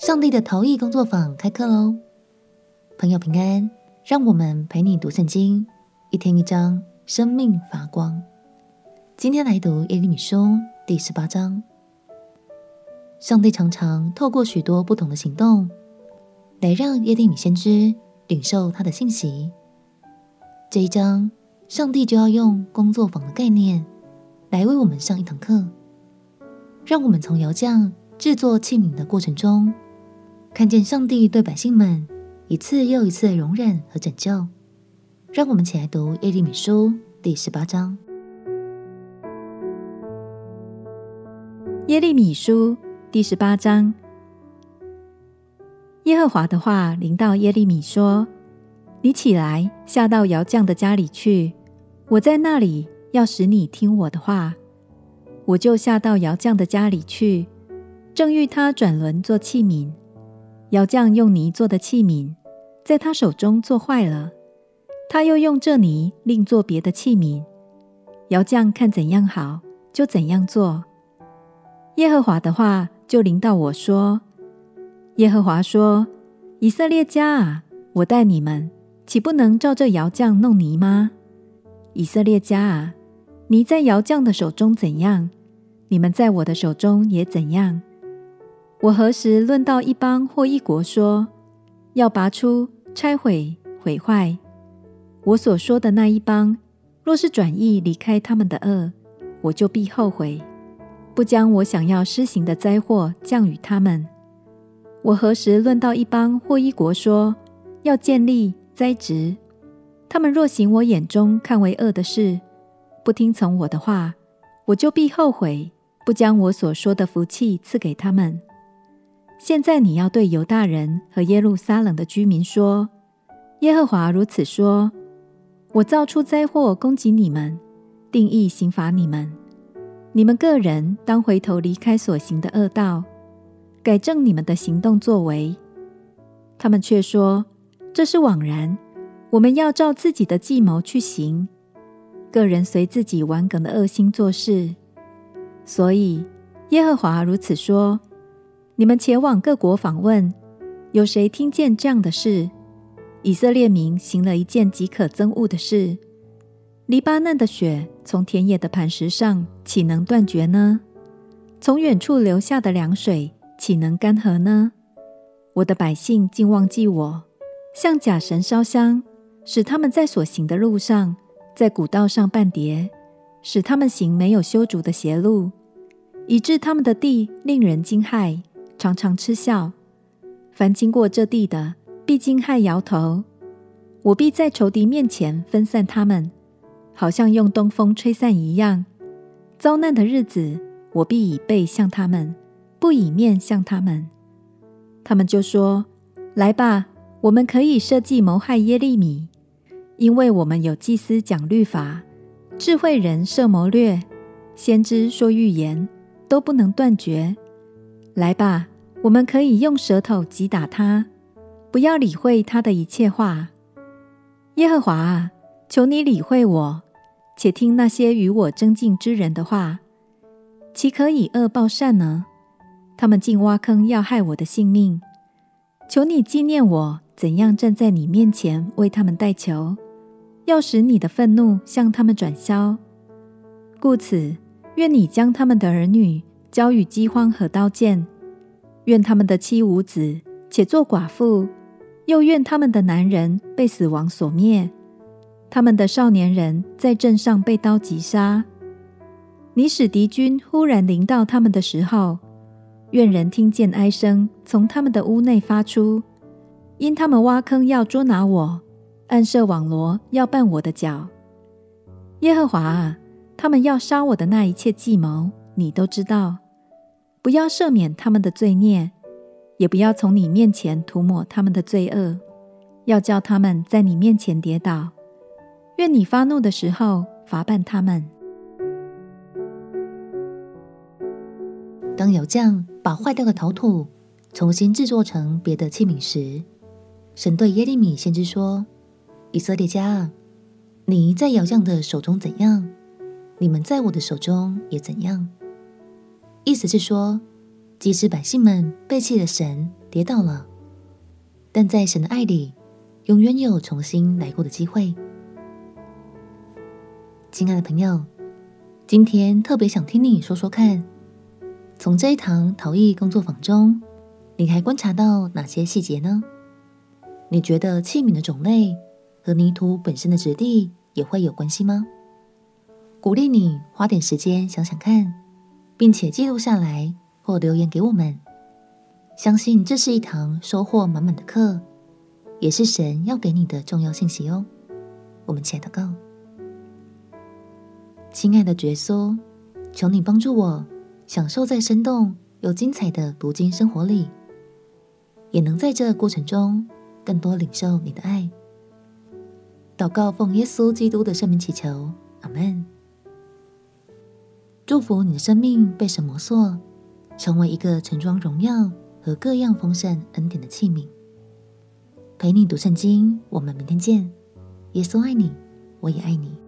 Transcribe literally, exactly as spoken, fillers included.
上帝的陶艺工作坊开课喽！朋友平安，让我们陪你读圣经，一天一章，生命发光。今天来读耶利米书第十八章。上帝常常透过许多不同的行动，来让耶利米先知领受他的信息。这一章，上帝就要用工作坊的概念来为我们上一堂课，让我们从窑匠制作器皿的过程中，看见上帝对百姓们一次又一次的容忍和拯救。让我们一起来读耶利米书第十八章。 耶利米书第十八章。耶和华的话临到耶利米说：你起来，下到窑匠的家里去，我在那里要使你听我的话。我就下到窑匠的家里去，正遇他转轮做器皿。窑匠用泥做的器皿，在他手中做坏了，他又用这泥另做别的器皿。窑匠看怎样好，就怎样做。耶和华的话就临到我说：耶和华说，以色列家啊，我待你们，岂不能照这窑匠弄泥吗？以色列家啊，泥在窑匠的手中怎样，你们在我的手中也怎样。我何时论到一邦或一国说，要拔出、拆毁、毁坏？我所说的那一邦，若是转意离开他们的恶，我就必后悔，不将我想要施行的灾祸降与他们。我何时论到一邦或一国说，要建立、栽植？他们若行我眼中看为恶的事，不听从我的话，我就必后悔，不将我所说的福气赐给他们。现在你要对犹大人和耶路撒冷的居民说，耶和华如此说：我造出灾祸攻击你们，定义刑罚你们。你们个人当回头离开所行的恶道，改正你们的行动作为。他们却说，这是枉然，我们要照自己的计谋去行，个人随自己顽梗的恶心做事。所以耶和华如此说：你们且往各国访问，有谁听见这样的事？以色列民行了一件极可憎恶的事。黎巴嫩的雪从田野的磐石上岂能断绝呢？从远处流下的凉水岂能干涸呢？我的百姓竟忘记我，向假神烧香，使他们在所行的路上，在古道上絆跌，使他们行没有修筑的邪路，以致他们的地令人惊骇，常常嗤笑。凡经过这地的，必惊骇摇头。我必在仇敌面前分散他们，好像用东风吹散一样。遭难的日子，我必以背向他们，不以面向他们。他们就说：来吧，我们可以设计谋害耶利米，因为我们有祭司讲律法，智慧人设谋略，先知说预言，都不能断绝。来吧，我们可以用舌头击打他，不要理会他的一切话。耶和华啊，求你理会我，且听那些与我争竞之人的话。岂可以恶报善呢？他们竟挖坑要害我的性命。求你纪念我怎样站在你面前为他们代求，要使你的愤怒向他们转消。故此，愿你将他们的儿女交与饥荒和刀剑，愿他们的妻无子，且做寡妇，又愿他们的男人被死亡所灭，他们的少年人在阵上被刀击杀。你使敌军忽然临到他们的时候，愿人听见哀声从他们的屋内发出，因他们挖坑要捉拿我，暗设网罗要绊我的脚。耶和华啊，他们要杀我的那一切计谋，你都知道。不要赦免他们的罪孽，也不要从你面前涂抹他们的罪恶，要叫他们在你面前跌倒。愿你发怒的时候罚办他们。 当窑匠把坏掉的陶土重新制作成别的器皿时，神对耶利米先知说：以色列家啊，你在窑匠的手中怎样，你们在我的手中也怎样。意思是说，即使百姓们背弃了神， 跌倒了，但在神的爱里，永远有重新来过的机会。亲爱的朋友，今天特别想听你说说看，从这一堂陶艺工作坊中，你还观察到哪些细节呢？你觉得器皿的种类和泥土本身的质地也会有关系吗？鼓励你花点时间想想看，并且记录下来或留言给我们。相信这是一堂收获满满的课，也是神要给你的重要信息哦。我们起来祷告。亲爱的耶稣，求你帮助我享受在生动又精彩的读经生活里，也能在这过程中更多领受你的爱。祷告奉耶稣基督的圣名祈求，阿们。祝福你的生命被神摩塑，成为一个盛装荣耀和各样丰盛恩典的器皿。陪你读圣经，我们明天见。耶稣爱你，我也爱你。